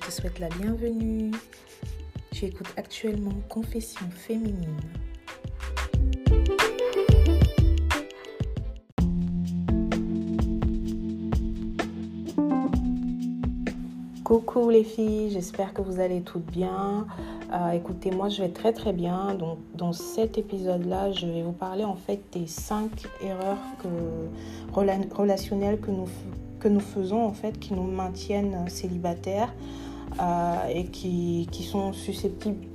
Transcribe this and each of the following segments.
te souhaite la bienvenue. Tu écoutes actuellement Confessions féminines. Coucou les filles, j'espère que vous allez toutes bien. Écoutez, moi je vais très très bien. Donc dans cet épisode-là, je vais vous parler en fait des 5 erreurs relationnelles que nous faisons en fait, qui nous maintiennent célibataires et qui sont susceptibles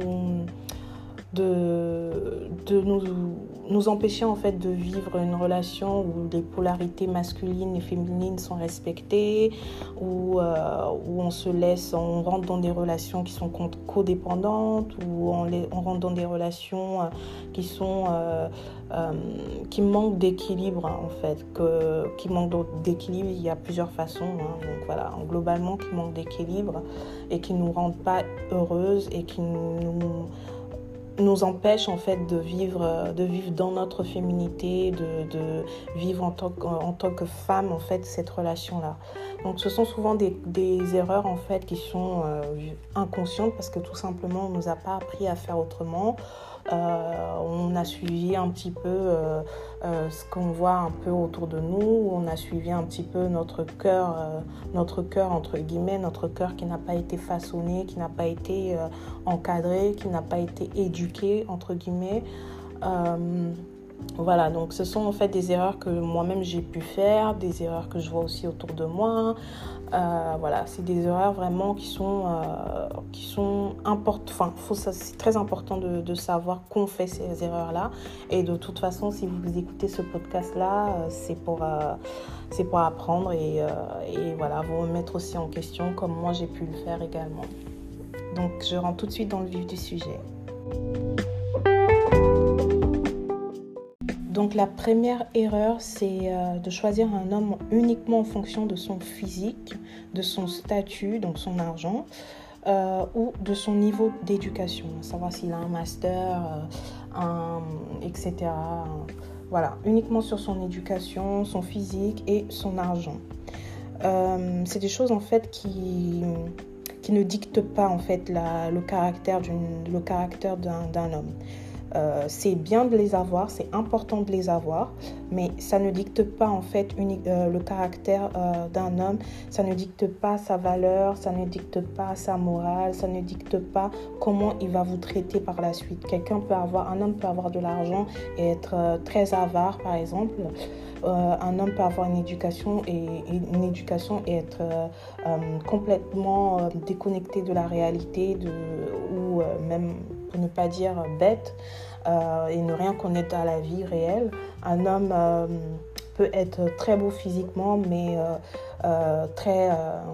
de nous empêcher en fait de vivre une relation où les polarités masculines et féminines sont respectées, où on rentre dans des relations qui sont codépendantes, où on rentre dans des relations qui manquent d'équilibre en fait. Qui manquent d'équilibre, il y a plusieurs façons, donc voilà, globalement qui manquent d'équilibre et qui nous rendent pas heureuses et qui nous empêche en fait de vivre dans notre féminité, de vivre en tant que femme en fait cette relation-là. Donc ce sont souvent des erreurs en fait qui sont inconscientes parce que tout simplement on nous a pas appris à faire autrement. On a suivi un petit peu ce qu'on voit un peu autour de nous, on a suivi un petit peu notre cœur entre guillemets, notre cœur qui n'a pas été façonné, qui n'a pas été encadré, qui n'a pas été éduqué entre guillemets. Voilà, donc ce sont en fait des erreurs que moi-même j'ai pu faire, des erreurs que je vois aussi autour de moi. Voilà, c'est des erreurs vraiment qui sont importantes. Enfin, c'est très important de savoir qu'on fait ces erreurs-là. Et de toute façon, si vous écoutez ce podcast-là, c'est pour apprendre et voilà, vous remettre aussi en question comme moi j'ai pu le faire également. Donc, je rentre tout de suite dans le vif du sujet. Donc la première erreur, c'est de choisir un homme uniquement en fonction de son physique, de son statut, donc son argent, ou de son niveau d'éducation, savoir s'il a un master, etc. Voilà, uniquement sur son éducation, son physique et son argent. C'est des choses en fait qui ne dictent pas en fait le caractère d'un homme. C'est bien de les avoir, c'est important de les avoir, mais ça ne dicte pas en fait le caractère d'un homme, ça ne dicte pas sa valeur, ça ne dicte pas sa morale, ça ne dicte pas comment il va vous traiter par la suite. Un homme peut avoir de l'argent et être très avare par exemple. Un homme peut avoir une éducation et être complètement déconnecté de la réalité ou même, pour ne pas dire bête, et ne rien connaître à la vie réelle. Un homme peut être très beau physiquement, mais très,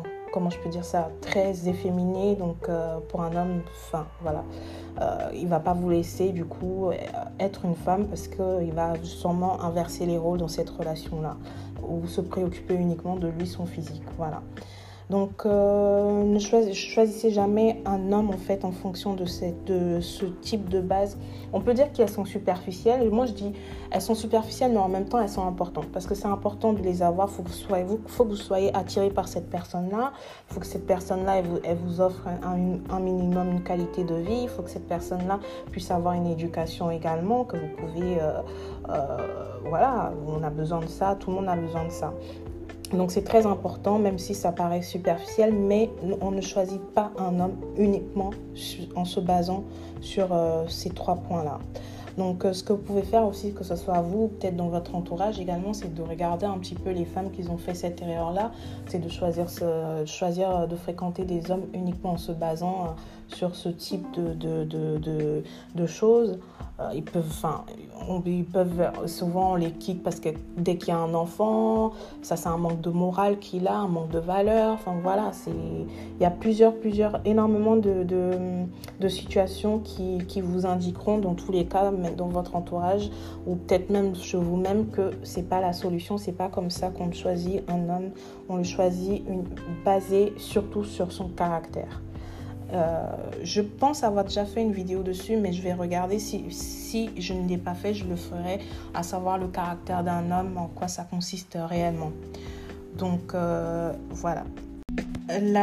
très efféminé. Donc pour un homme, voilà, il va pas vous laisser du coup être une femme parce qu'il va sûrement inverser les rôles dans cette relation-là ou se préoccuper uniquement de lui, son physique. Voilà. Donc, ne choisissez jamais un homme en fait en fonction de ce type de base. On peut dire qu'elles sont superficielles. Moi, je dis elles sont superficielles, mais en même temps, elles sont importantes parce que c'est important de les avoir. Faut que vous soyez attiré par cette personne-là. Il faut que cette personne-là, elle vous offre un minimum, une qualité de vie. Il faut que cette personne-là puisse avoir une éducation également, que vous pouvez, voilà, on a besoin de ça. Tout le monde a besoin de ça. Donc c'est très important, même si ça paraît superficiel, mais on ne choisit pas un homme uniquement en se basant sur ces 3 points-là. Donc ce que vous pouvez faire aussi, que ce soit vous, peut-être dans votre entourage également, c'est de regarder un petit peu les femmes qui ont fait cette erreur-là. C'est de choisir de fréquenter des hommes uniquement en se basant sur ce type de choses. Ils peuvent souvent les quitter parce que dès qu'il y a un enfant, ça c'est un manque de morale qu'il a, un manque de valeur. Enfin voilà, il y a énormément de situations qui vous indiqueront dans tous les cas, même dans votre entourage ou peut-être même chez vous-même, que c'est pas la solution, c'est pas comme ça qu'on choisit un homme. On le choisit basé surtout sur son caractère. Je pense avoir déjà fait une vidéo dessus, mais je vais regarder si je ne l'ai pas fait, je le ferai, à savoir le caractère d'un homme, en quoi ça consiste réellement. Donc voilà. La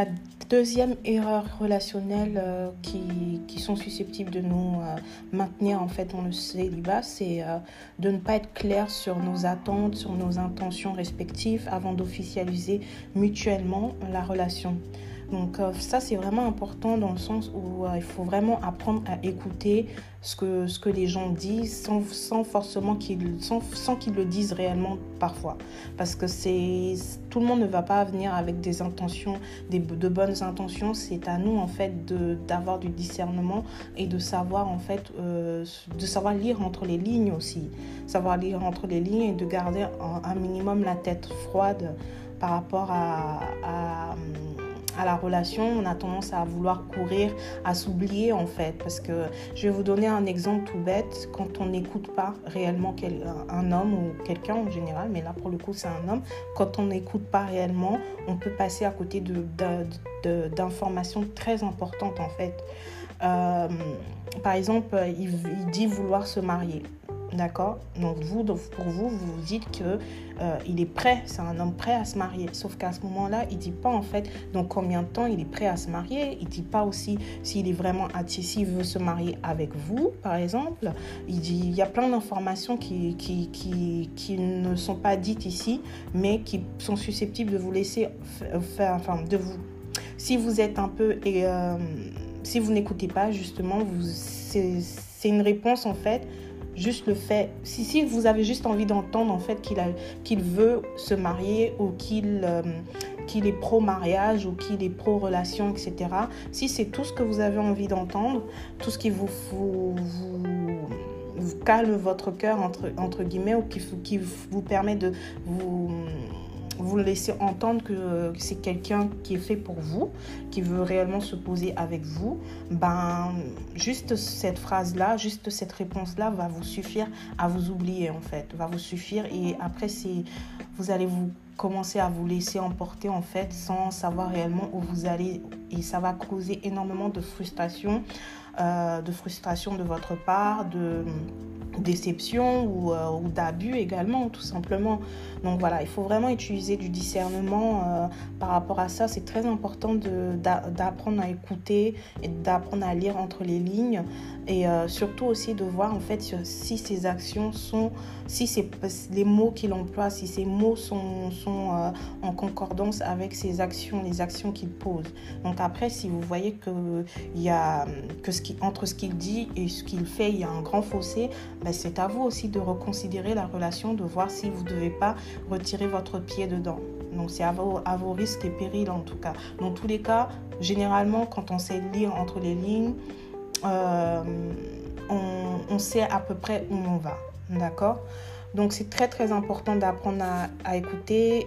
deuxième erreur relationnelle qui sont susceptibles de nous maintenir en fait dans le célibat, c'est de ne pas être clair sur nos attentes, sur nos intentions respectives avant d'officialiser mutuellement la relation. Donc ça, c'est vraiment important dans le sens où il faut vraiment apprendre à écouter ce que les gens disent sans forcément sans qu'ils le disent réellement parfois. Parce que tout le monde ne va pas venir avec des intentions, de bonnes intentions. C'est à nous en fait d'avoir du discernement et de savoir en fait, de savoir lire entre les lignes aussi. Savoir lire entre les lignes et de garder un minimum la tête froide par rapport à la relation. On a tendance à vouloir courir, à s'oublier en fait, parce que je vais vous donner un exemple tout bête. Quand on n'écoute pas réellement un homme ou quelqu'un en général, mais là pour le coup c'est un homme, quand on n'écoute pas réellement, on peut passer à côté d'informations très importantes en fait. Par exemple, il dit vouloir se marier. D'accord? Donc pour vous dites que il est prêt, c'est un homme prêt à se marier. Sauf qu'à ce moment-là, il dit pas en fait dans combien de temps il est prêt à se marier. Il dit pas aussi s'il est vraiment attiré, s'il veut se marier avec vous, par exemple. Il y a plein d'informations qui ne sont pas dites ici, mais qui sont susceptibles de vous laisser faire, enfin de vous. Si vous êtes un peu si vous n'écoutez pas justement, c'est une réponse en fait. Juste le fait, si vous avez juste envie d'entendre en fait qu'il veut se marier ou qu'il est pro-mariage ou qu'il est pro-relation, etc. Si c'est tout ce que vous avez envie d'entendre, tout ce qui vous calme votre cœur entre guillemets ou qui vous permet de vous laisser entendre que c'est quelqu'un qui est fait pour vous, qui veut réellement se poser avec vous, juste cette phrase-là, juste cette réponse-là va vous suffire à vous oublier en fait, va vous suffire et après vous allez vous commencer à vous laisser emporter en fait sans savoir réellement où vous allez et ça va causer énormément de frustration de votre part, de déception ou d'abus également tout simplement. Donc voilà, il faut vraiment utiliser du discernement par rapport à ça. C'est très important d'apprendre à écouter et d'apprendre à lire entre les lignes et surtout aussi de voir en fait si ces actions si les mots qu'il emploie, si ces mots sont en concordance avec les actions qu'il pose. Donc après, si vous voyez entre ce qu'il dit et ce qu'il fait, il y a un grand fossé, c'est à vous aussi de reconsidérer la relation, de voir si vous ne devez pas retirer votre pied dedans. Donc c'est à vos risques et périls en tout cas. Dans tous les cas, généralement, quand on sait lire entre les lignes, on sait à peu près où on va. D'accord? Donc c'est très très important d'apprendre à écouter,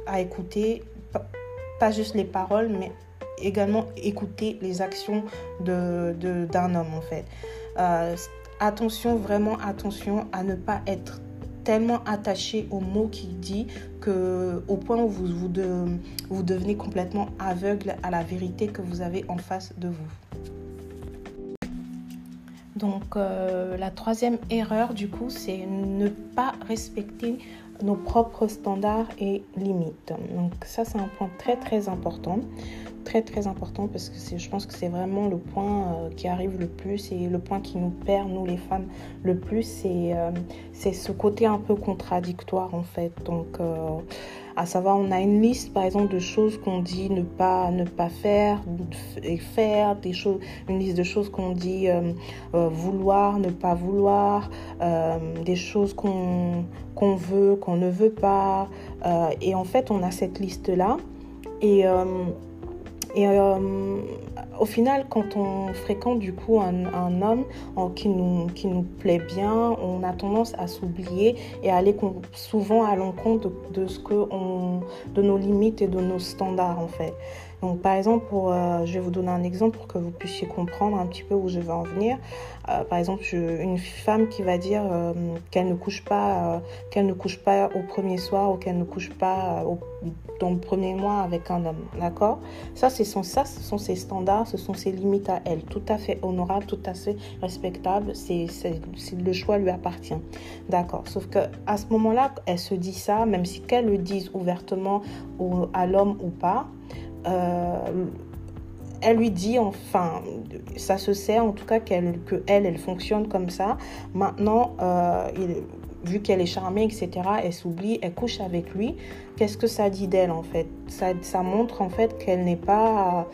pas juste les paroles, mais également écouter les actions d'un homme en fait. Vraiment attention à ne pas être tellement attaché aux mots qu'il dit au point où vous devenez complètement aveugle à la vérité que vous avez en face de vous. Donc la troisième erreur du coup, c'est ne pas respecter nos propres standards et limites. Donc ça, c'est un point très très important. Très très important parce que je pense que c'est vraiment le point qui arrive le plus et le point qui nous perd, nous les femmes, le plus, c'est ce côté un peu contradictoire en fait. Donc à savoir, on a une liste par exemple de choses qu'on dit ne pas faire et faire, une liste de choses qu'on dit vouloir, ne pas vouloir, des choses qu'on veut, qu'on ne veut pas, et en fait on a cette liste là et au final, quand on fréquente du coup un homme qui nous plaît bien, on a tendance à s'oublier et à aller souvent à l'encontre de nos limites et de nos standards en fait. Donc par exemple, je vais vous donner un exemple pour que vous puissiez comprendre un petit peu où je vais en venir. Par exemple, une femme qui va dire qu'elle ne couche pas au premier soir ou qu'elle ne couche pas dans le premier mois avec un homme, d'accord? Ce sont ses standards, ce sont ses limites à elle, tout à fait honorable, tout à fait respectable. Le choix lui appartient, d'accord? Sauf que à ce moment-là, elle se dit ça, même si qu'elle le dise ouvertement à l'homme ou pas. elle lui dit, enfin, ça se sait en tout cas elle fonctionne comme ça. Maintenant, vu qu'elle est charmée, etc., elle s'oublie, elle couche avec lui. Qu'est-ce que ça dit d'elle, en fait? Ça montre, en fait, qu'elle n'est pas...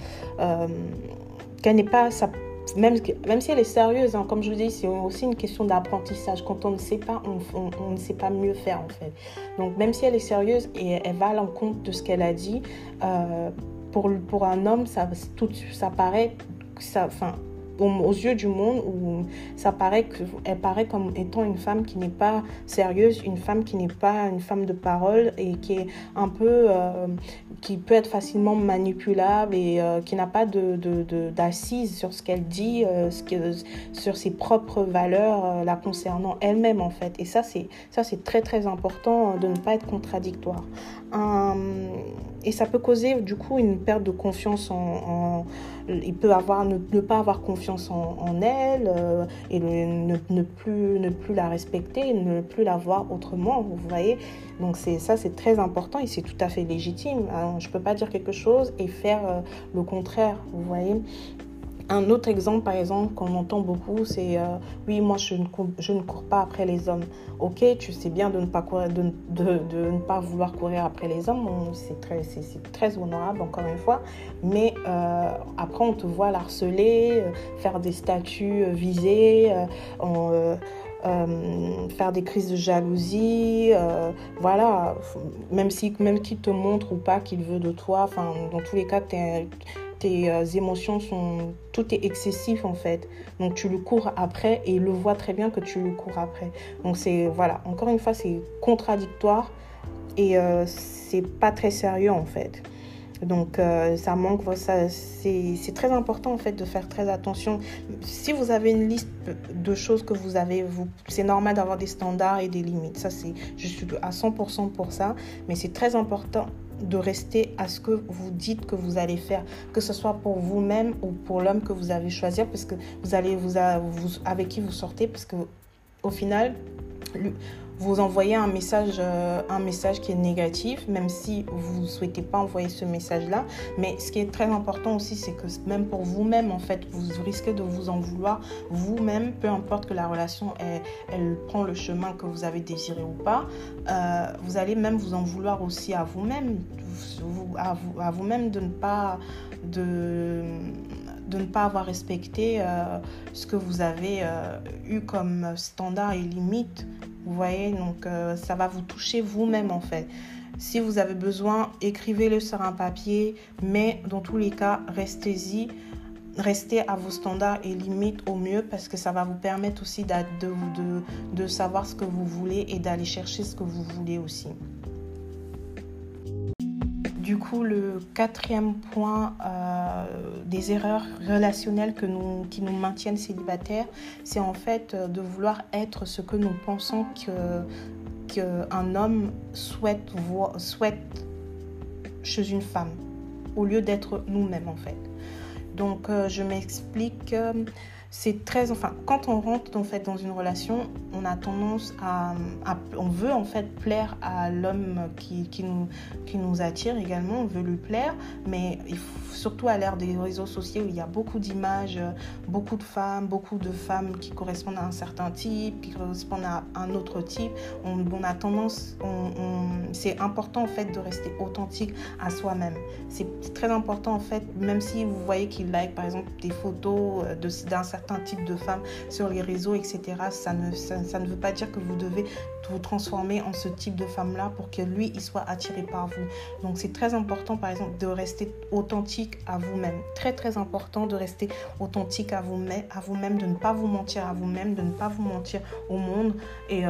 même si elle est sérieuse, hein, comme je vous dis, c'est aussi une question d'apprentissage. Quand on ne sait pas, on ne sait pas mieux faire, en fait. Donc, même si elle est sérieuse et elle va à l'encontre de ce qu'elle a dit, pour un homme, ça paraît... aux yeux du monde, où elle paraît comme étant une femme qui n'est pas sérieuse, une femme qui n'est pas une femme de parole et qui est un peu, qui peut être facilement manipulable et qui n'a pas d'assise sur ce qu'elle dit, sur ses propres valeurs la concernant elle-même, en fait. Et ça, c'est très très important de ne pas être contradictoire. Et ça peut causer du coup une perte de confiance il peut ne pas avoir confiance en elle et ne plus la respecter, ne plus la voir autrement, vous voyez. Donc c'est très important et c'est tout à fait légitime. Alors, je ne peux pas dire quelque chose et faire le contraire, vous voyez. Un autre exemple, par exemple, qu'on entend beaucoup, c'est oui, moi je ne cours pas après les hommes. Ok, tu sais bien de ne pas courir, de ne pas vouloir courir après les hommes, c'est très honorable, encore une fois. Mais après, on te voit l'harceler, faire des statuts visés, faire des crises de jalousie, voilà, même qu'il te montre ou pas qu'il veut de toi, enfin, dans tous les cas, tes émotions tout est excessif, en fait. Donc tu le cours après et il le voit très bien que tu le cours après. Donc voilà, encore une fois, c'est contradictoire et c'est pas très sérieux, en fait. Donc ça manque, c'est très important, en fait, de faire très attention. Si vous avez une liste de choses que vous avez, c'est normal d'avoir des standards et des limites. Ça, je suis à 100% pour ça, mais c'est très important de rester à ce que vous dites que vous allez faire, que ce soit pour vous-même ou pour l'homme que vous avez choisi, parce que avec qui vous sortez, parce que au final, vous envoyez un message qui est négatif, même si vous ne souhaitez pas envoyer ce message-là. Mais ce qui est très important aussi, c'est que même pour vous-même, en fait, vous risquez de vous en vouloir vous-même, peu importe que la relation elle prend le chemin que vous avez désiré ou pas. Vous allez même vous en vouloir aussi à vous-même, à vous-même de ne pas avoir respecté ce que vous avez eu comme standard et limite. Vous voyez, donc ça va vous toucher vous-même, en fait. Si vous avez besoin, écrivez-le sur un papier, mais dans tous les cas, restez à vos standards et limites au mieux, parce que ça va vous permettre aussi de savoir ce que vous voulez et d'aller chercher ce que vous voulez aussi. Du coup, le 4e point des erreurs relationnelles qui nous maintiennent célibataires, c'est en fait de vouloir être ce que nous pensons qu'un homme souhaite chez une femme, au lieu d'être nous-mêmes, en fait. Donc, je m'explique. Quand on rentre, en fait, dans une relation, on a tendance on veut, en fait, plaire à l'homme qui nous attire également, on veut lui plaire, mais surtout à l'ère des réseaux sociaux, il y a beaucoup d'images, beaucoup de femmes qui correspondent à un certain type, qui correspondent à un autre type. On a tendance, c'est important, en fait, de rester authentique à soi-même. C'est très important, en fait, même si vous voyez qu'il like, par exemple, des photos d'un certain type de femme sur les réseaux, etc. Ça ne veut pas dire que vous devez vous transformer en ce type de femme-là pour que lui, il soit attiré par vous. Donc, c'est très important, par exemple, de rester authentique à vous-même. Très, très important de rester authentique à vous-même, de ne pas vous mentir à vous-même, de ne pas vous mentir au monde et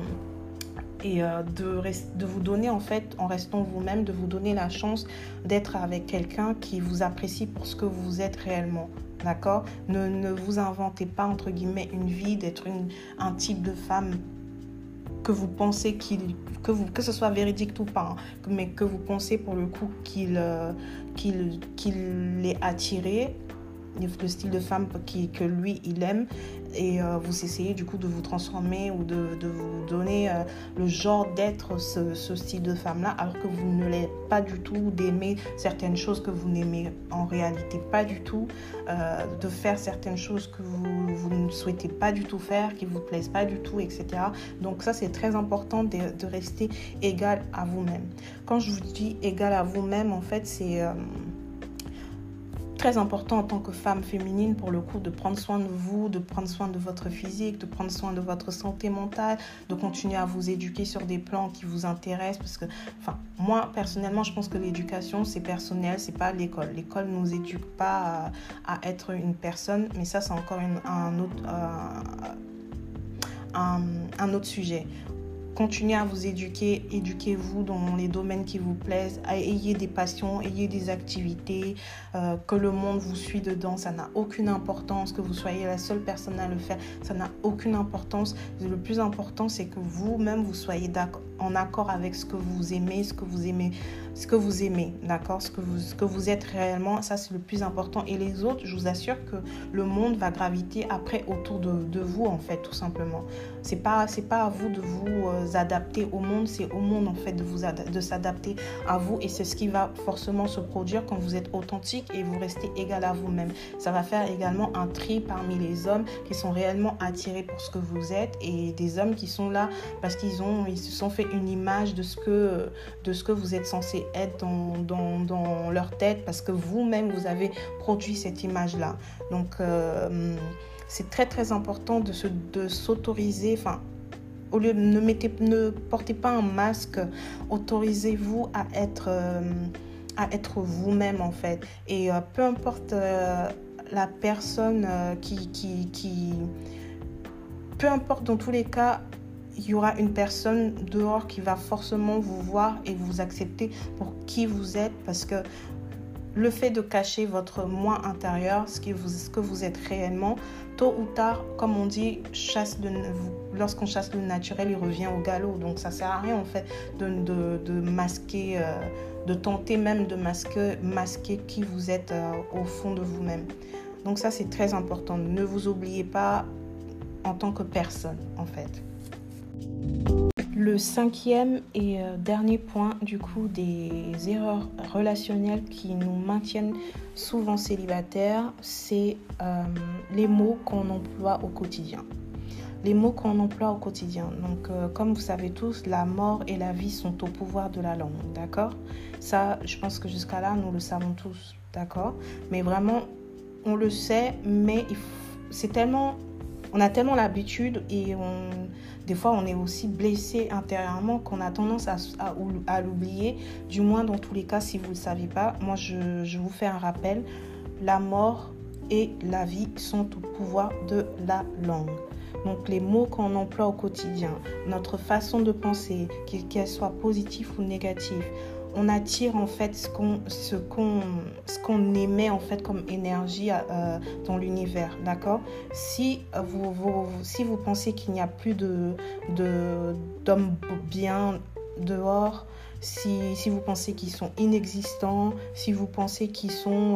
de vous donner, en fait, en restant vous-même, de vous donner la chance d'être avec quelqu'un qui vous apprécie pour ce que vous êtes réellement. D'accord ? Ne vous inventez pas, entre guillemets, une vie d'être un type de femme que vous pensez que ce soit véridique ou pas, hein, mais que vous pensez pour le coup qu'il est attiré le style de femme que lui, il aime. Et vous essayez du coup de vous transformer ou de vous donner le genre d'être ce style de femme-là, alors que vous ne l'êtes pas du tout, d'aimer certaines choses que vous n'aimez en réalité pas du tout, de faire certaines choses que vous ne souhaitez pas du tout faire, qui ne vous plaisent pas du tout, etc. Donc ça, c'est très important de rester égal à vous-même. Quand je vous dis égal à vous-même, en fait, c'est très important en tant que femme féminine, pour le coup, de prendre soin de vous, de prendre soin de votre physique, de prendre soin de votre santé mentale, de continuer à vous éduquer sur des plans qui vous intéressent, parce que, moi, personnellement, je pense que l'éducation, c'est personnel, c'est pas l'école. L'école ne nous éduque pas à être une personne, mais ça, c'est encore un autre sujet. Continuez à vous éduquer, éduquez-vous dans les domaines qui vous plaisent, ayez des passions, ayez des activités, que le monde vous suit dedans, ça n'a aucune importance, que vous soyez la seule personne à le faire, ça n'a aucune importance. Le plus important, c'est que vous-même, vous soyez en accord avec ce que vous aimez, d'accord, ce que vous êtes réellement, ça c'est le plus important. Et les autres, je vous assure que le monde va graviter après autour de vous, en fait, tout simplement. C'est pas à vous de vous adapter au monde, c'est au monde en fait de s'adapter à vous, et c'est ce qui va forcément se produire quand vous êtes authentique et vous restez égal à vous-même. Ça va faire également un tri parmi les hommes qui sont réellement attirés pour ce que vous êtes, et des hommes qui sont là parce qu'ils se sont fait une image de ce que vous êtes censé être dans leur tête, parce que vous-même vous avez produit cette image-là. Donc c'est très très important de s'autoriser, au lieu de ne portez pas un masque, autorisez-vous à être vous-même en fait. Et peu importe la personne peu importe, dans tous les cas, il y aura une personne dehors qui va forcément vous voir et vous accepter pour qui vous êtes, parce que le fait de cacher votre moi intérieur, ce que vous êtes réellement, tôt ou tard, comme on dit, lorsqu'on chasse le naturel, il revient au galop. Donc ça sert à rien en fait de masquer, de tenter même de masquer qui vous êtes au fond de vous-même. Donc ça, c'est très important. Ne vous oubliez pas en tant que personne, en fait. Le 5e et dernier point, du coup, des erreurs relationnelles qui nous maintiennent souvent célibataires, c'est les mots qu'on emploie au quotidien. Les mots qu'on emploie au quotidien. Donc, comme vous savez tous, la mort et la vie sont au pouvoir de la langue, d'accord ? Ça, je pense que jusqu'à là, nous le savons tous, d'accord ? Mais vraiment, on le sait, mais on a tellement l'habitude, et des fois on est aussi blessé intérieurement qu'on a tendance à l'oublier. Du moins, dans tous les cas, si vous ne le savez pas, moi je vous fais un rappel. La mort et la vie sont au pouvoir de la langue. Donc les mots qu'on emploie au quotidien, notre façon de penser, qu'elle soit positive ou négative, on attire en fait ce qu'on émet en fait comme énergie dans l'univers, d'accord ? Si vous pensez qu'il n'y a plus d'hommes bien dehors, si vous pensez qu'ils sont inexistants, si vous pensez qu'ils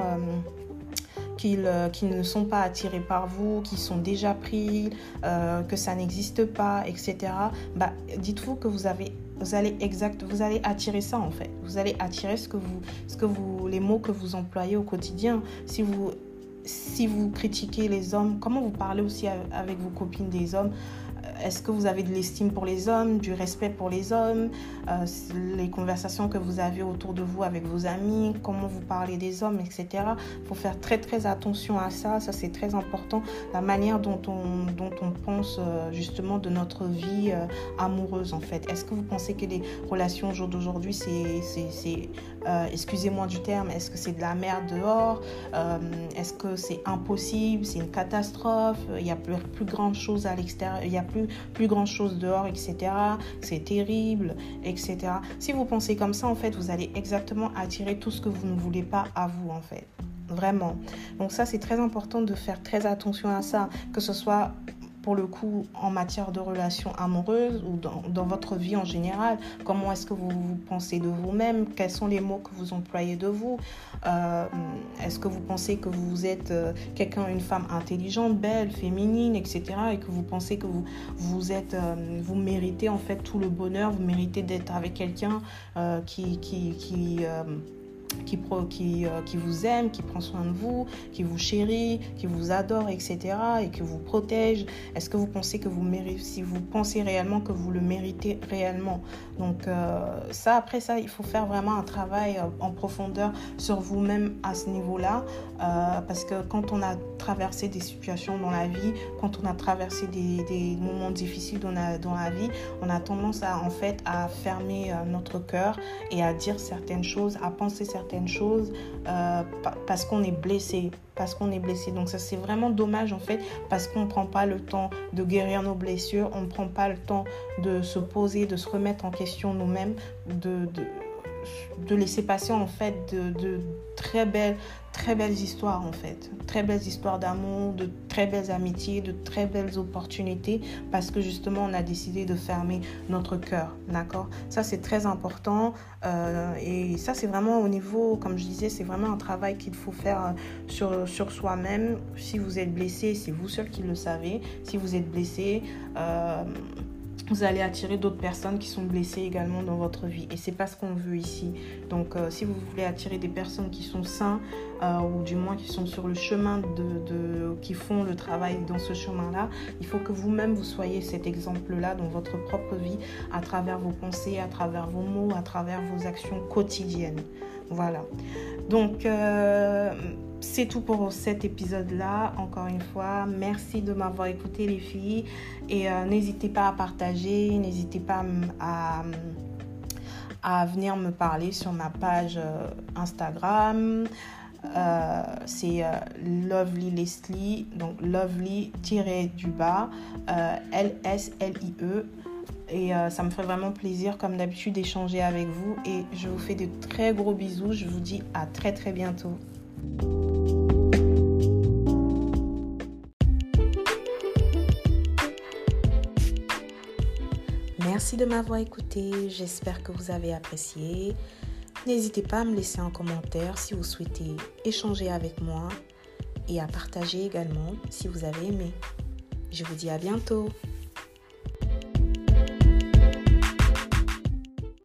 ne sont pas attirés par vous, qu'ils sont déjà pris, que ça n'existe pas, etc. Dites-vous que vous allez attirer ça en fait. Vous allez attirer les mots que vous employez au quotidien. Si vous critiquez les hommes, comment vous parlez aussi avec vos copines des hommes ? Est-ce que vous avez de l'estime pour les hommes, du respect pour les hommes, les conversations que vous avez autour de vous avec vos amis, comment vous parlez des hommes, etc. Il faut faire très très attention à ça. Ça, c'est très important. La manière dont on pense justement de notre vie amoureuse en fait. Est-ce que vous pensez que les relations au jour d'aujourd'hui, c'est excusez-moi du terme, est-ce que c'est de la merde dehors ? Est-ce que c'est impossible ? C'est une catastrophe ? Il n'y a plus grand chose à l'extérieur, il n'y a plus grand chose dehors, etc. C'est terrible, etc. Si vous pensez comme ça, en fait, vous allez exactement attirer tout ce que vous ne voulez pas à vous, en fait. Vraiment. Donc ça, c'est très important de faire très attention à ça, que ce soit pour le coup, en matière de relations amoureuses ou dans votre vie en général. Comment est-ce que vous pensez de vous-même? Quels sont les mots que vous employez de vous? Est-ce que vous pensez que vous êtes une femme intelligente, belle, féminine, etc. et que vous pensez que vous méritez en fait tout le bonheur, vous méritez d'être avec quelqu'un qui vous aime, qui prend soin de vous, qui vous chérit, qui vous adore, etc. et que vous protège? Est-ce que vous pensez que si vous pensez réellement que vous le méritez réellement? Donc après ça, il faut faire vraiment un travail en profondeur sur vous-même à ce niveau-là, parce que quand on a traversé des situations dans la vie, quand on a traversé des moments difficiles dans la vie, on a tendance à fermer notre cœur et à dire certaines choses, à penser certaines choses parce qu'on est blessé. Donc ça, c'est vraiment dommage en fait, parce qu'on ne prend pas le temps de guérir nos blessures, on ne prend pas le temps de se poser, de se remettre en question nous-mêmes, de laisser passer en fait de très belles histoires en fait, très belles histoires d'amour, de très belles amitiés, de très belles opportunités, parce que justement on a décidé de fermer notre cœur, d'accord? Ça c'est très important, et ça c'est vraiment au niveau, comme je disais, c'est vraiment un travail qu'il faut faire sur soi-même. Si vous êtes blessé, c'est vous seul qui le savez. Si vous êtes blessé, vous allez attirer d'autres personnes qui sont blessées également dans votre vie. Et c'est pas ce qu'on veut ici. Donc, si vous voulez attirer des personnes qui sont saines, ou du moins qui sont sur le chemin, qui font le travail dans ce chemin-là, il faut que vous-même, vous soyez cet exemple-là dans votre propre vie, à travers vos pensées, à travers vos mots, à travers vos actions quotidiennes. Voilà. Donc, c'est tout pour cet épisode-là. Encore une fois, merci de m'avoir écouté les filles. Et n'hésitez pas à partager, n'hésitez pas à venir me parler sur ma page Instagram. C'est Lovely Leslie, donc Lovely-du-bas LSLIE. Et ça me ferait vraiment plaisir, comme d'habitude, d'échanger avec vous. Et je vous fais de très gros bisous. Je vous dis à très très bientôt. Merci de m'avoir écouté. J'espère que vous avez apprécié. N'hésitez pas à me laisser un commentaire si vous souhaitez échanger avec moi, et à partager également si vous avez aimé. Je vous dis à bientôt.